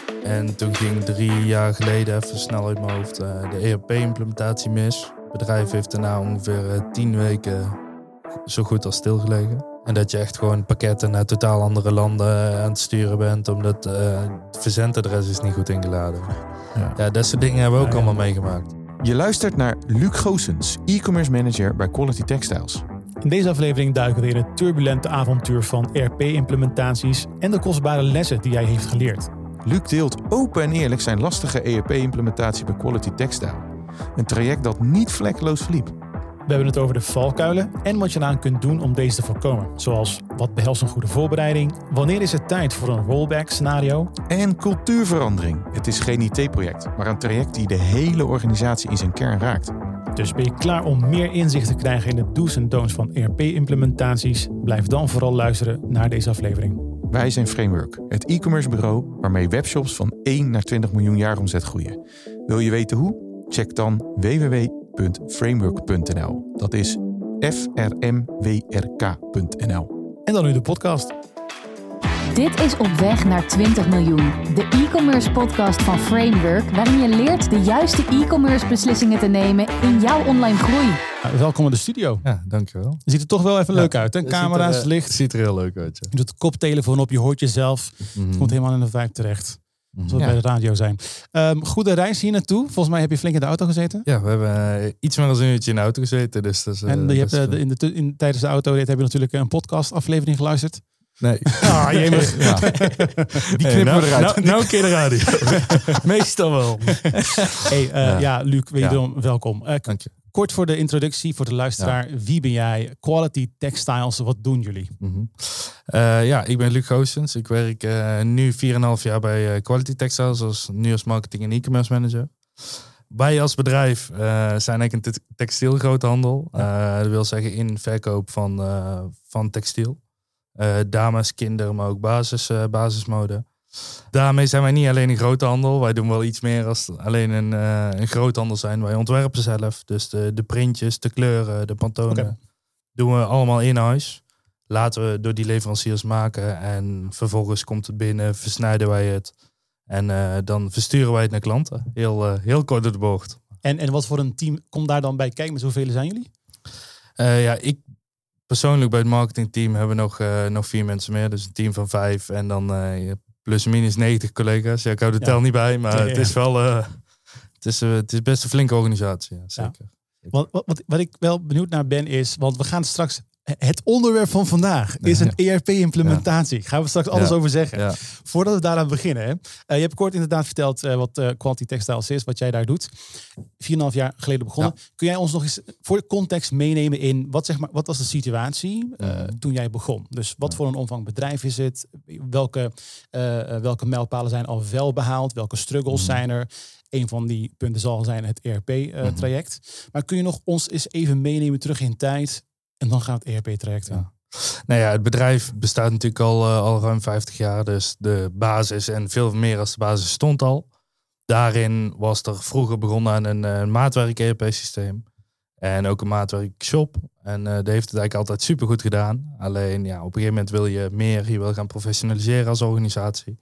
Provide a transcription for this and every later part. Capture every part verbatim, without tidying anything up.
En toen ging drie jaar geleden, even snel uit mijn hoofd, uh, de E R P-implementatie mis. Het bedrijf heeft daarna ongeveer uh, tien weken zo goed als stilgelegen. En dat je echt gewoon pakketten naar totaal andere landen aan het sturen bent, omdat uh, het verzendadres is niet goed ingeladen. Ja, ja dat soort dingen hebben we ook ja, ja. allemaal meegemaakt. Je luistert naar Luc Goossens, e-commerce manager bij Quality Textiles. In deze aflevering duiken we in het turbulente avontuur van E R P-implementaties en de kostbare lessen die hij heeft geleerd. Luc deelt open en eerlijk zijn lastige E R P-implementatie bij Quality Textile. Een traject dat niet vlekkeloos verliep. We hebben het over de valkuilen en wat je eraan kunt doen om deze te voorkomen. Zoals, wat behelst een goede voorbereiding? Wanneer is het tijd voor een rollback scenario? En cultuurverandering. Het is geen I T-project, maar een traject die de hele organisatie in zijn kern raakt. Dus ben je klaar om meer inzicht te krijgen in de do's en don'ts van E R P-implementaties? Blijf dan vooral luisteren naar deze aflevering. Wij zijn Framework, het e-commerce bureau waarmee webshops van één naar twintig miljoen jaaromzet groeien. Wil je weten hoe? Check dan w w w punt framework punt n l. Dat is f r m w r k punt n l. En dan nu de podcast. Dit is Op weg naar twintig miljoen. De e-commerce podcast van Framework, waarin je leert de juiste e-commerce beslissingen te nemen in jouw online groei. Nou, welkom in de studio. Ja, dankjewel. Je ziet er toch wel even ja, leuk uit. Hè? Camera's, ziet er, licht. Het ziet er heel leuk uit. Ja. Je doet de koptelefoon op, je hoort jezelf. Mm-hmm. Het komt helemaal in de vibe terecht. Zoals we ja. bij de radio zijn. Um, goede reis hier naartoe. Volgens mij heb je flink in de auto gezeten. Ja, we hebben uh, iets meer dan een uurtje in de auto gezeten. Dus dat is, uh, en je hebt, uh, in de, in, tijdens de autorit heb je natuurlijk een podcast aflevering geluisterd. Nee. Ah, jemig. Ja. Die knippen hey, nou, we eruit. Nou, nou een keer de radio. Meestal wel. Hey, uh, ja. ja, Luc, wederom ja. welkom. Uh, Dank je. Kort voor de introductie, voor de luisteraar. Ja. Wie ben jij? Quality Textiles, wat doen jullie? Mm-hmm. Uh, ja, ik ben Luc Goossens. Ik werk uh, nu vier komma vijf jaar bij uh, Quality Textiles als nu als marketing en e-commerce manager. Wij als bedrijf uh, zijn eigenlijk een te- textielgroothandel. Uh, dat wil zeggen in verkoop van, uh, van textiel. Uh, dames, kinderen, maar ook basis, uh, basismode. Daarmee zijn wij niet alleen een groothandel. Wij doen wel iets meer als alleen een, uh, een groothandel zijn. Wij ontwerpen zelf. Dus de, de printjes, de kleuren, de pantonen. Okay. Doen we allemaal in huis. Laten we door die leveranciers maken. En vervolgens komt het binnen, versnijden wij het. En uh, dan versturen wij het naar klanten. Heel, uh, heel kort door de bocht. En, en wat voor een team komt daar dan bij kijken? Met hoeveel zijn jullie? Uh, ja, ik persoonlijk bij het marketingteam hebben we nog, uh, nog vier mensen meer. Dus een team van vijf. En dan uh, plus minus negentig collega's. Ja, ik hou de ja. tel niet bij. Maar ja, ja. het is wel uh, het, is, uh, het is best een flinke organisatie. Ja, zeker. Ja. Wat, wat, wat ik wel benieuwd naar ben is... Want we gaan straks... Het onderwerp van vandaag is een E R P-implementatie. Ja. Gaan we straks alles ja. over zeggen. Ja. Voordat we daaraan beginnen. Hè. Uh, je hebt kort inderdaad verteld uh, wat uh, Quality Textiles is. Wat jij daar doet. vier komma vijf jaar geleden begonnen. Ja. Kun jij ons nog eens voor de context meenemen in... Wat, zeg maar, wat was de situatie uh, ja. toen jij begon? Dus wat ja. voor een omvang bedrijf is het? Welke, uh, welke mijlpalen zijn al wel behaald? Welke struggles ja. zijn er? Een van die punten zal zijn het E R P-traject. Uh, ja. Maar kun je nog ons eens even meenemen terug in tijd... En dan gaat het E R P-traject in. Ja. Nou ja, het bedrijf bestaat natuurlijk al, uh, al ruim vijftig jaar. Dus de basis en veel meer als de basis stond al. Daarin was er vroeger begonnen aan een, een maatwerk-E R P-systeem. En ook een maatwerk-shop. En uh, dat heeft het eigenlijk altijd supergoed gedaan. Alleen ja, op een gegeven moment wil je meer. Je wil gaan professionaliseren als organisatie.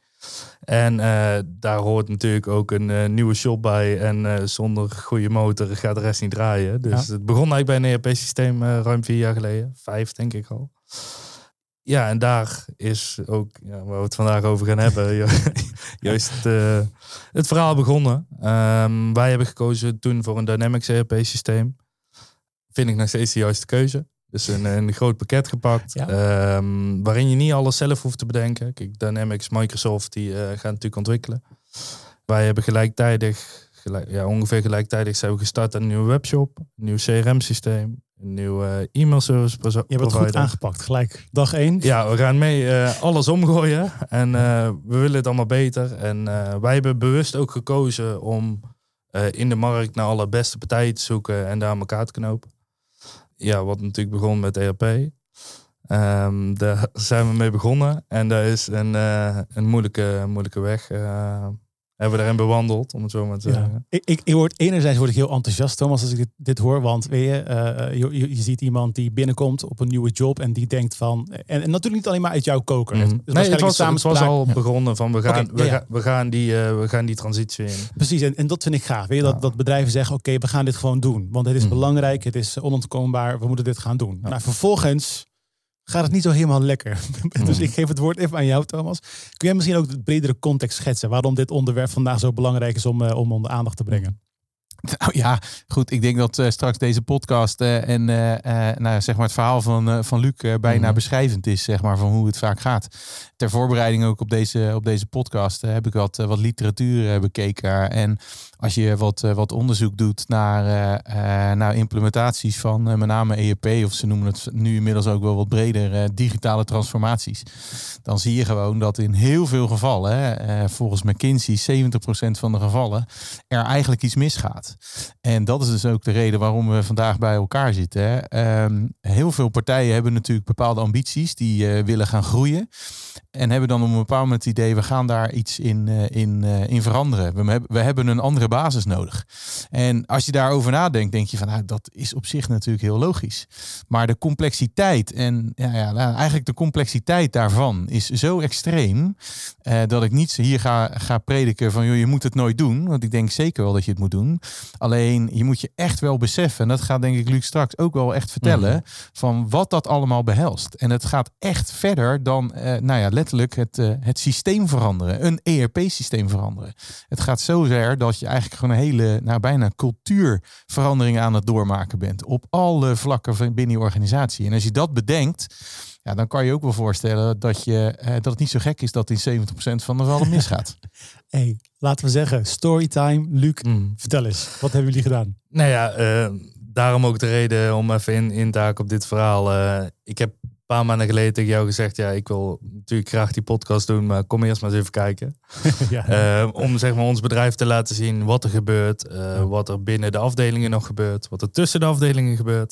En uh, daar hoort natuurlijk ook een uh, nieuwe shop bij. En uh, zonder goede motor gaat de rest niet draaien. Dus ja. het begon eigenlijk bij een E R P-systeem uh, ruim vier jaar geleden. Vijf, denk ik al. Ja, en daar is ook, ja, waar we het vandaag over gaan hebben, juist het, uh, het verhaal begonnen. Um, wij hebben gekozen toen voor een Dynamics E R P-systeem. Vind ik nog steeds de juiste keuze. Dus een, een groot pakket gepakt, ja. um, waarin je niet alles zelf hoeft te bedenken. Kijk, Dynamics, Microsoft, die uh, gaan natuurlijk ontwikkelen. Wij hebben gelijktijdig, gelijk, ja, ongeveer gelijktijdig zijn we gestart aan een nieuwe webshop, een nieuw C R M-systeem, een nieuw uh, e-mail service provider. Je hebt het goed aangepakt, gelijk dag één. Ja, we gaan mee uh, alles omgooien en uh, we willen het allemaal beter. En uh, wij hebben bewust ook gekozen om uh, in de markt naar alle beste partijen te zoeken en daar aan elkaar te knopen. Ja, wat natuurlijk begon met E R P. Um, daar zijn we mee begonnen. En dat is een, uh, een moeilijke, moeilijke weg uh, hebben we daarin bewandeld, om het zo maar te ja. zeggen. Ik, ik, ik word, enerzijds word ik heel enthousiast, Thomas, als ik dit, dit hoor. Want weet je, uh, je, je, je ziet iemand die binnenkomt op een nieuwe job en die denkt van... En, en natuurlijk niet alleen maar uit jouw koker. Mm. Het, het, nee, het, was, het was al ja. begonnen van we gaan, okay, ja, ja. we, we, gaan die, uh, we gaan die transitie in. Precies, en, en dat vind ik gaaf. Weet je, dat, ja. dat bedrijven zeggen, oké, okay, we gaan dit gewoon doen. Want het is mm. belangrijk, het is onontkoombaar, we moeten dit gaan doen. Ja. Nou, vervolgens... gaat het niet zo helemaal lekker. Mm. Dus ik geef het woord even aan jou, Thomas. Kun jij misschien ook de bredere context schetsen... waarom dit onderwerp vandaag zo belangrijk is om, uh, om onder aandacht te brengen? Nou ja, goed. Ik denk dat uh, straks deze podcast uh, en uh, uh, nou, zeg maar het verhaal van, uh, van Luc uh, bijna mm-hmm. beschrijvend is, zeg maar, van hoe het vaak gaat. Ter voorbereiding ook op deze, op deze podcast uh, heb ik wat, uh, wat literatuur uh, bekeken. En als je wat, uh, wat onderzoek doet naar, uh, uh, naar implementaties van uh, met name E R P, of ze noemen het nu inmiddels ook wel wat breder, uh, digitale transformaties, dan zie je gewoon dat in heel veel gevallen, uh, volgens McKinsey, zeventig procent van de gevallen, er eigenlijk iets misgaat. En dat is dus ook de reden waarom we vandaag bij elkaar zitten. Hè. Um, heel veel partijen hebben natuurlijk bepaalde ambities die uh, willen gaan groeien. En hebben dan op een bepaald moment het idee, we gaan daar iets in, uh, in, uh, in veranderen. We, hebben, we hebben een andere basis nodig. En als je daarover nadenkt, denk je van, nou, dat is op zich natuurlijk heel logisch. Maar de complexiteit en ja, ja, nou, eigenlijk de complexiteit daarvan is zo extreem uh, dat ik niet hier ga, ga prediken van, joh, je moet het nooit doen. Want ik denk zeker wel dat je het moet doen. Alleen je moet je echt wel beseffen, en dat gaat denk ik Luc straks ook wel echt vertellen, mm-hmm. van wat dat allemaal behelst. En het gaat echt verder dan, uh, nou ja, letterlijk het, uh, het systeem veranderen. Een E R P-systeem veranderen. Het gaat zo ver dat je eigenlijk gewoon een hele, nou bijna cultuurverandering aan het doormaken bent. Op alle vlakken van binnen je organisatie. En als je dat bedenkt, ja, dan kan je ook wel voorstellen dat, je, uh, dat het niet zo gek is dat in zeventig procent van de gevallen misgaat. Hey, laten we zeggen, storytime. Luc, mm. vertel eens. Wat hebben jullie gedaan? Nou ja, uh, daarom ook de reden om even in, in te haken op dit verhaal. Uh, ik heb een paar maanden geleden tegen jou gezegd, ja, ik wil natuurlijk graag die podcast doen, maar kom eerst maar eens even kijken. ja. uh, om zeg maar ons bedrijf te laten zien wat er gebeurt, uh, ja. wat er binnen de afdelingen nog gebeurt, wat er tussen de afdelingen gebeurt.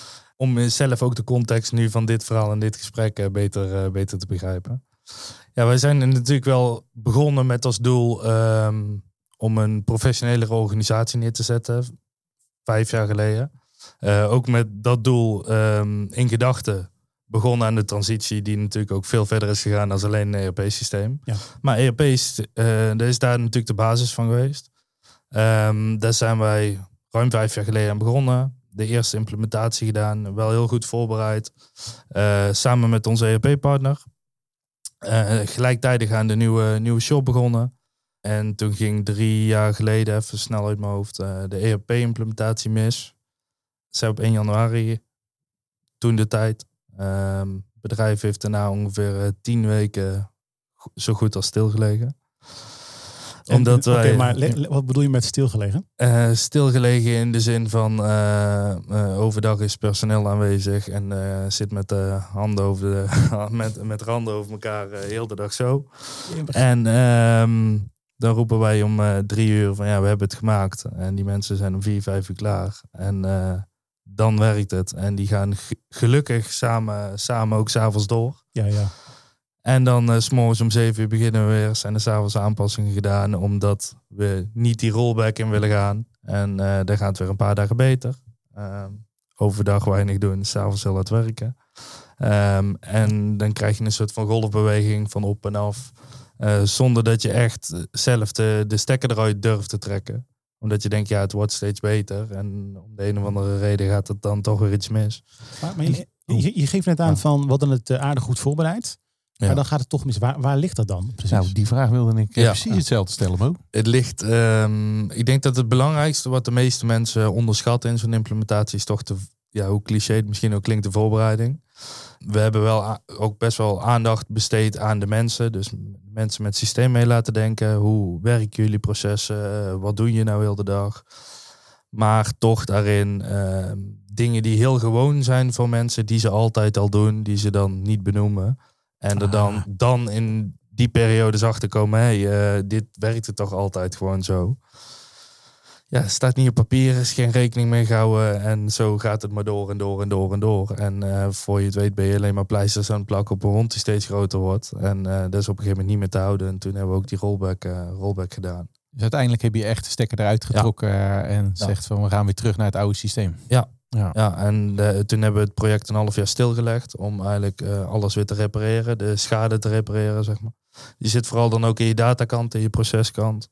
Om zelf ook de context nu van dit verhaal en dit gesprek uh, beter, uh, beter te begrijpen. Ja, wij zijn natuurlijk wel begonnen met als doel um, om een professionelere organisatie neer te zetten. Vijf jaar geleden. Uh, ook met dat doel um, in gedachten begonnen aan de transitie die natuurlijk ook veel verder is gegaan dan alleen een E R P-systeem. Ja. Maar E R P is, uh, dat is daar natuurlijk de basis van geweest. Um, daar zijn wij ruim vijf jaar geleden aan begonnen. De eerste implementatie gedaan. Wel heel goed voorbereid. Uh, samen met onze E R P-partner. Uh, gelijktijdig aan de nieuwe, nieuwe shop begonnen. En toen ging drie jaar geleden, even snel uit mijn hoofd, uh, de E R P-implementatie mis. Zij op één januari, toen de tijd. Het uh, bedrijf heeft daarna ongeveer uh, tien weken zo goed als stilgelegen. Omdat Oké, wij, maar le- wat bedoel je met stilgelegen? Uh, stilgelegen in de zin van uh, uh, overdag is personeel aanwezig en uh, zit met de handen over de met, met randen over elkaar uh, heel de dag zo. En um, dan roepen wij om uh, drie uur van ja, we hebben het gemaakt. En die mensen zijn om vier, vijf uur klaar. En uh, dan werkt het. En die gaan g- gelukkig samen, samen ook 's avonds door. Ja, ja. En dan uh, 's morgens om zeven uur beginnen we weer. Zijn er 's avonds aanpassingen gedaan. Omdat we niet die rollback in willen gaan. En uh, dan gaat het weer een paar dagen beter. Uh, overdag weinig doen. 's avonds heel hard werken. Um, en dan krijg je een soort van golfbeweging van op en af. Uh, zonder dat je echt zelf de, de stekker eruit durft te trekken. Omdat je denkt, ja, het wordt steeds beter. En om de een of andere reden gaat het dan toch weer iets mis. Maar, maar je, je, je geeft net aan ja. van, we hadden het aardig goed voorbereid. Ja. Maar dan gaat het toch mis. Waar, waar ligt dat dan? Precies? Nou, die vraag wilde ik ja. precies hetzelfde stellen, Mo. Het ligt, um, ik denk dat het belangrijkste wat de meeste mensen onderschatten in zo'n implementatie is toch de, ja, hoe cliché het misschien ook klinkt, de voorbereiding. We hebben wel a- ook best wel aandacht besteed aan de mensen. Dus mensen met het systeem mee laten denken. Hoe werken jullie processen? Wat doe je nou heel de dag? Maar toch daarin uh, dingen die heel gewoon zijn voor mensen, die ze altijd al doen, die ze dan niet benoemen. En er dan, ah. dan in die periodes achter komen, hé, hey, uh, dit werkte toch altijd gewoon zo. Ja, het staat niet op papier, is geen rekening mee gehouden. En zo gaat het maar door en door en door en door. En uh, voor je het weet ben je alleen maar pleisters aan het plakken op een hond die steeds groter wordt. En uh, dat is op een gegeven moment niet meer te houden. En toen hebben we ook die rollback, uh, rollback gedaan. Dus uiteindelijk heb je echt de stekker eruit getrokken ja. en ja. zegt van we gaan weer terug naar het oude systeem. Ja, ja. ja en de, toen hebben we het project een half jaar stilgelegd om eigenlijk uh, alles weer te repareren, de schade te repareren, zeg maar. Je zit vooral dan ook in je datakant, in je proceskant.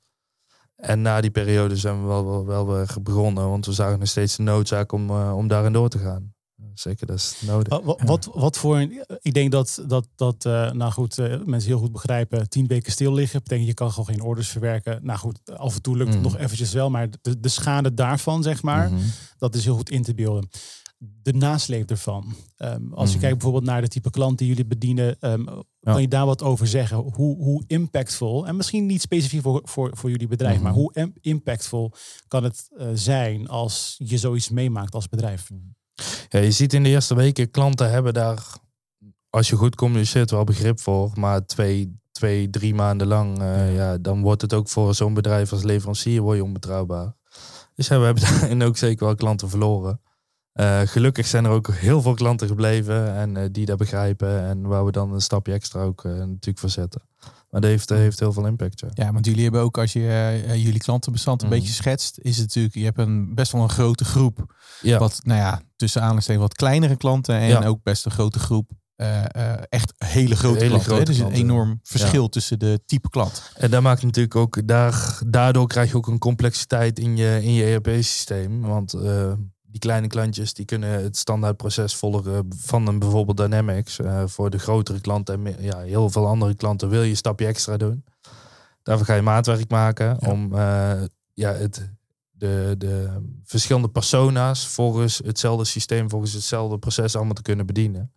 En na die periode zijn we wel, wel, wel weer begonnen, want we zagen nog steeds de noodzaak om, uh, om daarin door te gaan. Zeker, dat is nodig. Wat, wat, wat voor, ik denk dat, dat, dat uh, nou goed, uh, mensen heel goed begrijpen, tien weken stil liggen, betekent je kan gewoon geen orders verwerken. Nou goed, af en toe lukt het mm. nog eventjes wel, maar de, de schade daarvan, zeg maar, mm-hmm. dat is heel goed in te beelden. De nasleep ervan. Um, als mm-hmm. je kijkt bijvoorbeeld naar de type klant die jullie bedienen, um, ja. kan je daar wat over zeggen? Hoe, hoe impactvol, en misschien niet specifiek voor, voor, voor jullie bedrijf, mm-hmm. maar hoe impactvol kan het uh, zijn als je zoiets meemaakt als bedrijf? Mm-hmm. Ja, je ziet in de eerste weken, klanten hebben daar, als je goed communiceert, wel begrip voor. Maar twee, twee drie maanden lang, uh, ja, dan wordt het ook voor zo'n bedrijf als leverancier word je onbetrouwbaar. Dus ja, we hebben daarin ook zeker wel klanten verloren. Uh, gelukkig zijn er ook heel veel klanten gebleven en uh, die dat begrijpen. En waar we dan een stapje extra ook uh, natuurlijk voor zetten. Maar dat heeft, uh, heeft heel veel impact. Ja. ja, want jullie hebben ook, als je uh, jullie klantenbestand een mm. beetje schetst, is het natuurlijk, je hebt een best wel een grote groep. Ja. Wat, nou ja, tussen aanhalingstekens wat kleinere klanten en ja. ook best een grote groep. Uh, uh, echt hele grote hele klanten. Grote er is een enorm verschil ja. tussen de type klant. En daar maakt natuurlijk ook, daar, daardoor krijg je ook een complexiteit in je, in je E R P-systeem. Want uh, die kleine klantjes die kunnen het standaardproces volgen van een bijvoorbeeld Dynamics. Uh, voor de grotere klanten en ja, heel veel andere klanten wil je een stapje extra doen. Daarvoor ga je maatwerk maken ja. om uh, ja, het, de, de verschillende persona's volgens hetzelfde systeem, volgens hetzelfde proces allemaal te kunnen bedienen.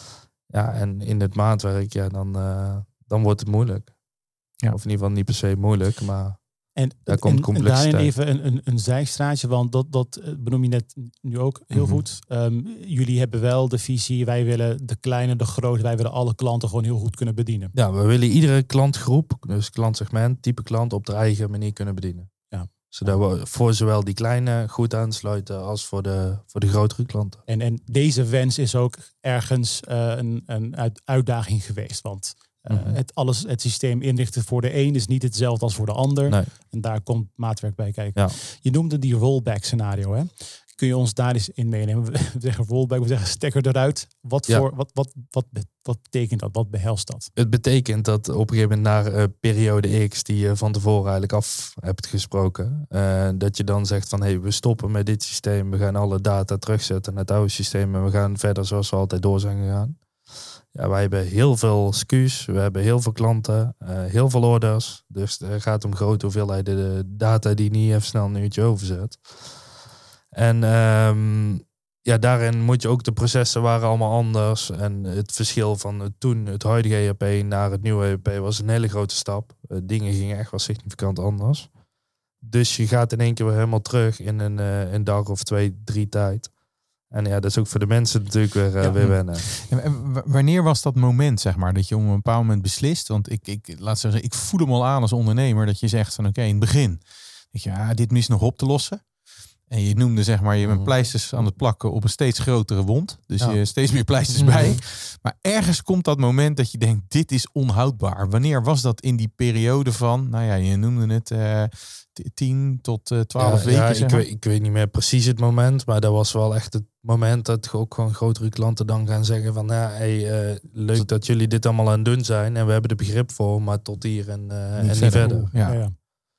Ja, en in het maatwerk, ja, dan, uh, dan wordt het moeilijk. Ja. Of in ieder geval niet per se moeilijk, maar en, daar komt en, complexiteit. En daarin even een, een, een zijstraatje, want dat, dat benoem je net nu ook heel mm-hmm. goed. Um, jullie hebben wel de visie, wij willen de kleine, de grote, wij willen alle klanten gewoon heel goed kunnen bedienen. Ja, we willen iedere klantgroep, dus klantsegment, type klant, op de eigen manier kunnen bedienen. Ja. Zodat we voor zowel die kleine goed aansluiten als voor de, voor de grotere klanten. En, en deze wens is ook ergens uh, een, een uit, uitdaging geweest. Want uh, mm-hmm. het, alles, het systeem inrichten voor de een is niet hetzelfde als voor de ander. Nee. En daar komt maatwerk bij kijken. Ja. Je noemde die rollback scenario, hè? Kun je ons daar eens in meenemen? We zeggen rollback, we zeggen stekker eruit. Wat, voor, ja. wat, wat, wat, wat betekent dat? Wat behelst dat? Het betekent dat op een gegeven moment na uh, periode X die je van tevoren eigenlijk af hebt gesproken, uh, dat je dan zegt van hé, hey, we stoppen met dit systeem. We gaan alle data terugzetten naar het oude systeem en we gaan verder zoals we altijd door zijn gegaan. Ja, wij hebben heel veel S K U's, we hebben heel veel klanten, uh, heel veel orders. Dus er gaat om grote hoeveelheden de data die niet even snel een uurtje overzet. En um, ja, daarin moet je ook, de processen waren allemaal anders. En het verschil van het toen, het huidige E R P naar het nieuwe E R P was een hele grote stap. Uh, dingen gingen echt wel significant anders. Dus je gaat in één keer weer helemaal terug in een, uh, een dag of twee, drie tijd. En ja, dat is ook voor de mensen natuurlijk weer, uh, ja. weer wennen. En, en w- wanneer was dat moment, zeg maar, dat je op een bepaald moment beslist? Want ik, ik, laat zeggen, ik voel hem al aan als ondernemer dat je zegt van oké, okay, in het begin, dat je, ah, dit mis nog op te lossen. En je noemde, zeg maar, je bent pleisters aan het plakken op een steeds grotere wond. Dus ja. je steeds meer pleisters mm-hmm. bij. Maar ergens komt dat moment dat je denkt, dit is onhoudbaar. Wanneer was dat in die periode van, nou ja, je noemde het uh, tien tot uh, twaalf ja, weken? Ja, zeg ik, maar. weet, ik weet niet meer precies het moment. Maar dat was wel echt het moment dat ook gewoon grotere klanten dan gaan zeggen van, ja, hey, uh, leuk dat, dat jullie dit allemaal aan het doen zijn. En we hebben er begrip voor, maar tot hier en, uh, niet en niet verder. verder. Ja. Ja, ja.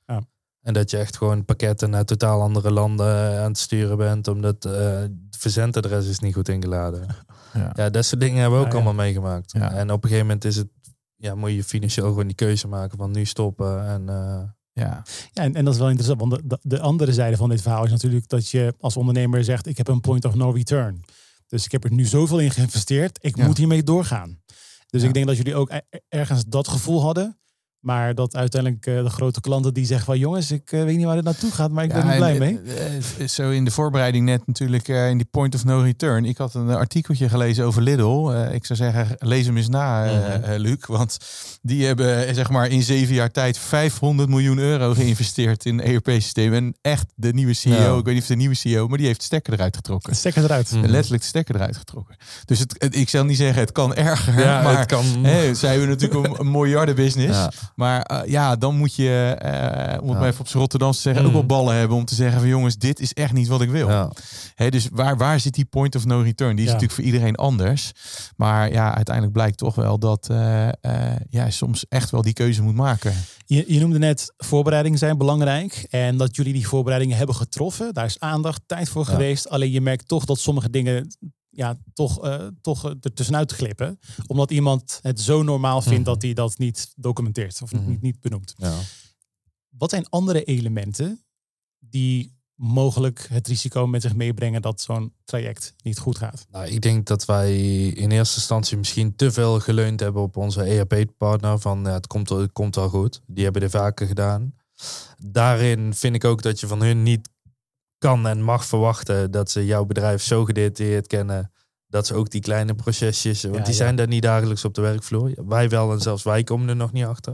En dat je echt gewoon pakketten naar totaal andere landen aan het sturen bent. Omdat uh, het verzendadres is niet goed ingeladen. Ja, ja dat soort dingen hebben we ook ja, ja. allemaal meegemaakt. Ja. En op een gegeven moment is het, ja, moet je financieel gewoon die keuze maken van nu stoppen. En, uh, ja, ja en, en dat is wel interessant. Want de, de andere zijde van dit verhaal is natuurlijk dat je als ondernemer zegt, ik heb een point of no return. Dus ik heb er nu zoveel in geïnvesteerd. Ik ja. moet hiermee doorgaan. Dus ja. ik denk dat jullie ook ergens dat gevoel hadden. Maar dat uiteindelijk uh, de grote klanten die zeggen van jongens, ik uh, weet niet waar dit naartoe gaat, maar ik ja, ben er blij en, mee. Uh, zo in de voorbereiding net natuurlijk uh, in die point of no return. Ik had een artikeltje gelezen over Lidl. Uh, ik zou zeggen, lees hem eens na, uh, mm-hmm. uh, Luc. Want die hebben zeg maar in zeven jaar tijd vijfhonderd miljoen euro geïnvesteerd in een E R P-systeem. En echt de nieuwe C E O, ja. ik weet niet of de nieuwe C E O, maar die heeft de stekker eruit getrokken. De stekker eruit. Mm-hmm. Letterlijk de stekker eruit getrokken. Dus het, het, ik zal niet zeggen, het kan erger. Ja, maar het kan... Hey, zij hebben natuurlijk een, een miljardenbusiness. Ja. Maar uh, ja, dan moet je, uh, om het ja. maar even op z'n Rotterdamse zeggen, mm. ook wel ballen hebben om te zeggen van jongens, dit is echt niet wat ik wil. Ja. He, dus waar, waar zit die point of no return? Die is ja. natuurlijk voor iedereen anders. Maar ja, uiteindelijk blijkt toch wel dat uh, uh, ja, soms echt wel die keuze moet maken. Je, je noemde net, voorbereidingen zijn belangrijk. En dat jullie die voorbereidingen hebben getroffen. Daar is aandacht, tijd voor ja. geweest. Alleen je merkt toch dat sommige dingen ja, toch, uh, toch er tussenuit glippen. Omdat iemand het zo normaal vindt mm-hmm. dat hij dat niet documenteert. Of mm-hmm. niet, niet benoemt. Ja. Wat zijn andere elementen die mogelijk het risico met zich meebrengen dat zo'n traject niet goed gaat? Nou, ik denk dat wij in eerste instantie misschien te veel geleund hebben op onze E R P-partner. Van ja, het komt, het komt wel goed. Die hebben dit vaker gedaan. Daarin vind ik ook dat je van hun niet kan en mag verwachten dat ze jouw bedrijf zo gedetailleerd kennen dat ze ook die kleine procesjes, want ja, die ja. zijn daar niet dagelijks op de werkvloer. Wij wel en zelfs wij komen er nog niet achter.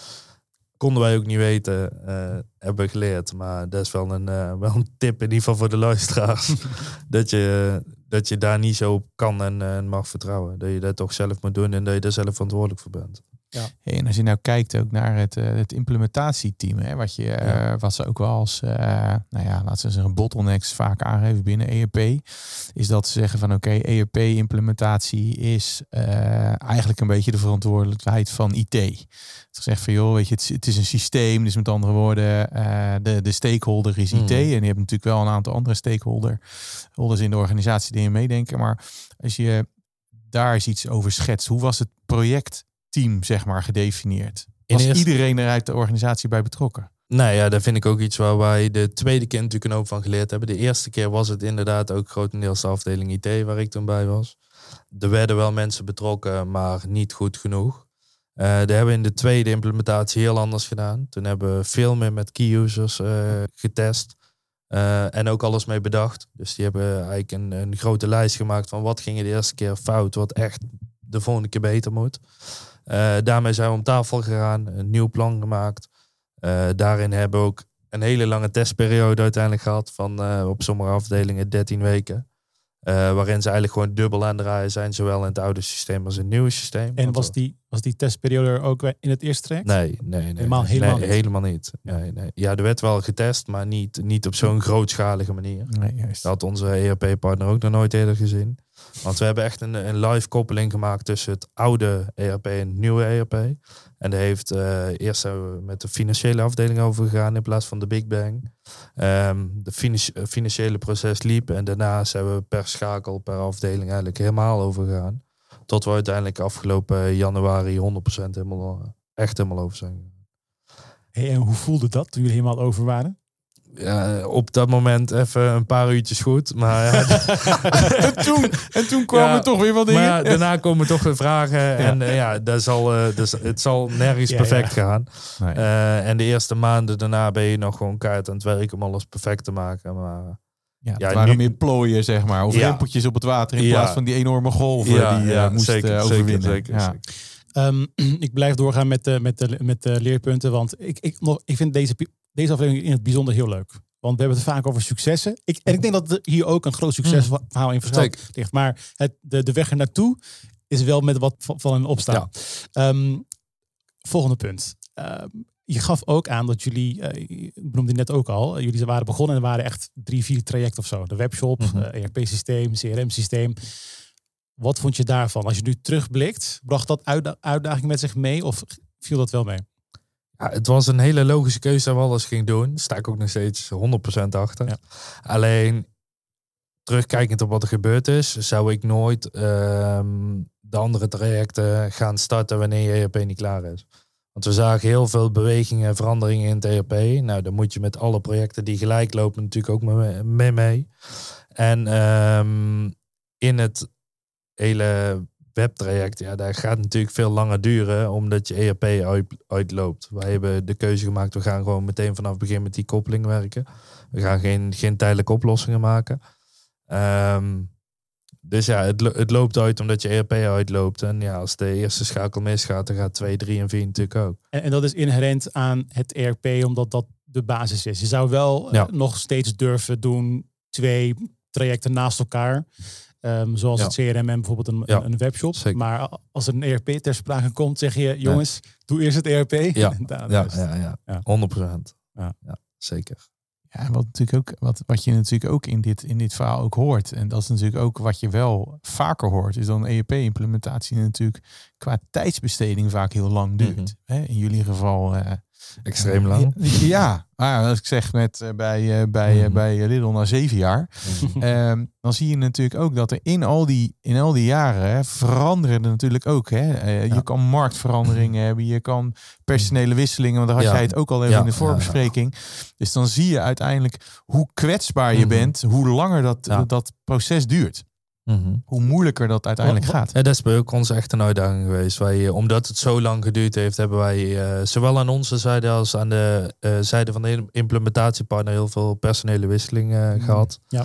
Konden wij ook niet weten, uh, hebben geleerd. Maar dat is wel een, uh, wel een tip in ieder geval voor de luisteraars. dat, je, dat je daar niet zo op kan en, uh, en mag vertrouwen. Dat je dat toch zelf moet doen en dat je daar zelf verantwoordelijk voor bent. Ja. Hey, en als je nou kijkt ook naar het, uh, het implementatieteam, hè, wat, je, uh, ja. wat ze ook wel als, uh, nou ja, laten we zeggen, bottlenecks vaak aangeven binnen E R P, is dat ze zeggen van oké, okay, E R P-implementatie is uh, eigenlijk een beetje de verantwoordelijkheid van I T. Ze zegt van joh, weet je, het, het is een systeem, dus met andere woorden, uh, de, de stakeholder is I T. Mm. En je hebt natuurlijk wel een aantal andere stakeholders in de organisatie die je meedenken. Maar als je daar eens iets over schetst, hoe was het project team, zeg maar, gedefinieerd? Was eerst... iedereen er uit de organisatie bij betrokken? Nou ja, dat vind ik ook iets waar wij de tweede keer natuurlijk een hoop van geleerd hebben. De eerste keer was het inderdaad ook grotendeels de afdeling I T waar ik toen bij was. Er werden wel mensen betrokken, maar niet goed genoeg. Uh, dat hebben we in de tweede implementatie heel anders gedaan. Toen hebben we veel meer met key users uh, getest. Uh, en ook alles mee bedacht. Dus die hebben eigenlijk een, een grote lijst gemaakt van wat ging er de eerste keer fout, wat echt de volgende keer beter moet. Uh, daarmee zijn we om tafel gegaan, een nieuw plan gemaakt. Uh, daarin hebben we ook een hele lange testperiode uiteindelijk gehad van uh, op sommige afdelingen dertien weken. Uh, waarin ze eigenlijk gewoon dubbel aan het draaien zijn, zowel in het oude systeem als in het nieuwe systeem. En was die, was die testperiode ook in het eerste traject? Nee, nee, nee. Helemaal, helemaal nee, niet? Helemaal niet. Nee, nee. Ja, er werd wel getest, maar niet, niet op zo'n grootschalige manier. Nee, juist. Dat had onze E R P-partner ook nog nooit eerder gezien. Want we hebben echt een, een live koppeling gemaakt tussen het oude E R P en het nieuwe E R P. En daar heeft uh, eerst zijn we met de financiële afdeling over gegaan in plaats van de Big Bang. Um, de financi- financiële proces liep en daarna zijn we per schakel, per afdeling eigenlijk helemaal overgegaan. Tot we uiteindelijk afgelopen januari honderd procent helemaal, echt helemaal over zijn. Hey, en hoe voelde dat toen jullie helemaal over waren? Ja, op dat moment even een paar uurtjes goed. Maar ja, en, toen, en toen kwamen ja, toch weer wat dingen. Maar ja, daarna komen toch weer vragen. Ja. En uh, ja, dat zal, uh, dus het zal nergens ja, perfect ja. gaan. Nee. Uh, en de eerste maanden daarna ben je nog gewoon keihard aan het werk om alles perfect te maken. Maar ja, ja, het waren nu meer plooien, zeg maar. Of ja. rempeltjes op het water in ja. plaats van die enorme golven ja, die je ja, moest zeker, uh, overwinnen. Zeker, ja. zeker. Um, ik blijf doorgaan met de, met de, met de leerpunten. Want ik, ik, nog, ik vind deze... Deze aflevering in het bijzonder heel leuk. Want we hebben het vaak over successen. Ik, en ik denk dat er hier ook een groot succesverhaal in verschil ligt. Maar het, de, de weg er naartoe is wel met wat van, van een opstaan. Ja. Um, volgende punt. Um, je gaf ook aan dat jullie, uh, je noemde net ook al, uh, jullie waren begonnen en er waren echt drie, vier trajecten of zo. De webshop, mm-hmm. uh, E R P-systeem, C R M-systeem. Wat vond je daarvan? Als je nu terugblikt, bracht dat uitda- uitdaging met zich mee of viel dat wel mee? Ja, het was een hele logische keuze dat we alles gingen doen. Daar sta ik ook nog steeds honderd procent achter. Ja. Alleen, terugkijkend op wat er gebeurd is, zou ik nooit um, de andere trajecten gaan starten wanneer je E R P niet klaar is. Want we zagen heel veel bewegingen en veranderingen in het E R P. Nou, dan moet je met alle projecten die gelijk lopen natuurlijk ook mee mee. mee. En um, in het hele webtraject, ja, daar gaat natuurlijk veel langer duren, omdat je E R P uit, uitloopt. Wij hebben de keuze gemaakt, we gaan gewoon meteen vanaf het begin met die koppeling werken. We gaan geen, geen tijdelijke oplossingen maken. Um, dus ja, het, het loopt uit omdat je E R P uitloopt. En ja, als de eerste schakel misgaat, dan gaat twee, drie en vier natuurlijk ook. En, en dat is inherent aan het E R P, omdat dat de basis is. Je zou wel ja. uh, nog steeds durven doen twee trajecten naast elkaar. Um, zoals ja. het C R M en bijvoorbeeld een, ja. een webshop. Zeker. Maar als er een E R P ter sprake komt, zeg je... jongens, ja. doe eerst het E R P. Ja, ja, ja, ja, ja. honderd procent. Ja. Ja, zeker. Ja, en wat, natuurlijk ook, wat, wat je natuurlijk ook in dit, in dit verhaal ook hoort... en dat is natuurlijk ook wat je wel vaker hoort... is dan een E R P-implementatie natuurlijk qua tijdsbesteding vaak heel lang duurt. Mm-hmm. Hè? In jullie geval... Uh, Extreem lang. Ja, ja. Ah, als ik zeg met uh, bij, uh, bij, uh, mm. bij Lidl na zeven jaar, mm. um, dan zie je natuurlijk ook dat er in al die, in al die jaren hè, veranderen er natuurlijk ook. Hè. Uh, ja. Je kan marktveranderingen hebben, je kan personele wisselingen, want daar had ja. jij het ook al even ja. in de voorbespreking. Ja, ja. Dus dan zie je uiteindelijk hoe kwetsbaar je mm. bent, hoe langer dat, ja. dat proces duurt. Mm-hmm. Hoe moeilijker dat uiteindelijk gaat. Ja, dat is bij ook ons echt een uitdaging geweest. Wij, omdat het zo lang geduurd heeft, hebben wij uh, zowel aan onze zijde als aan de uh, zijde van de implementatiepartner heel veel personele wisselingen uh, mm. gehad. Ja.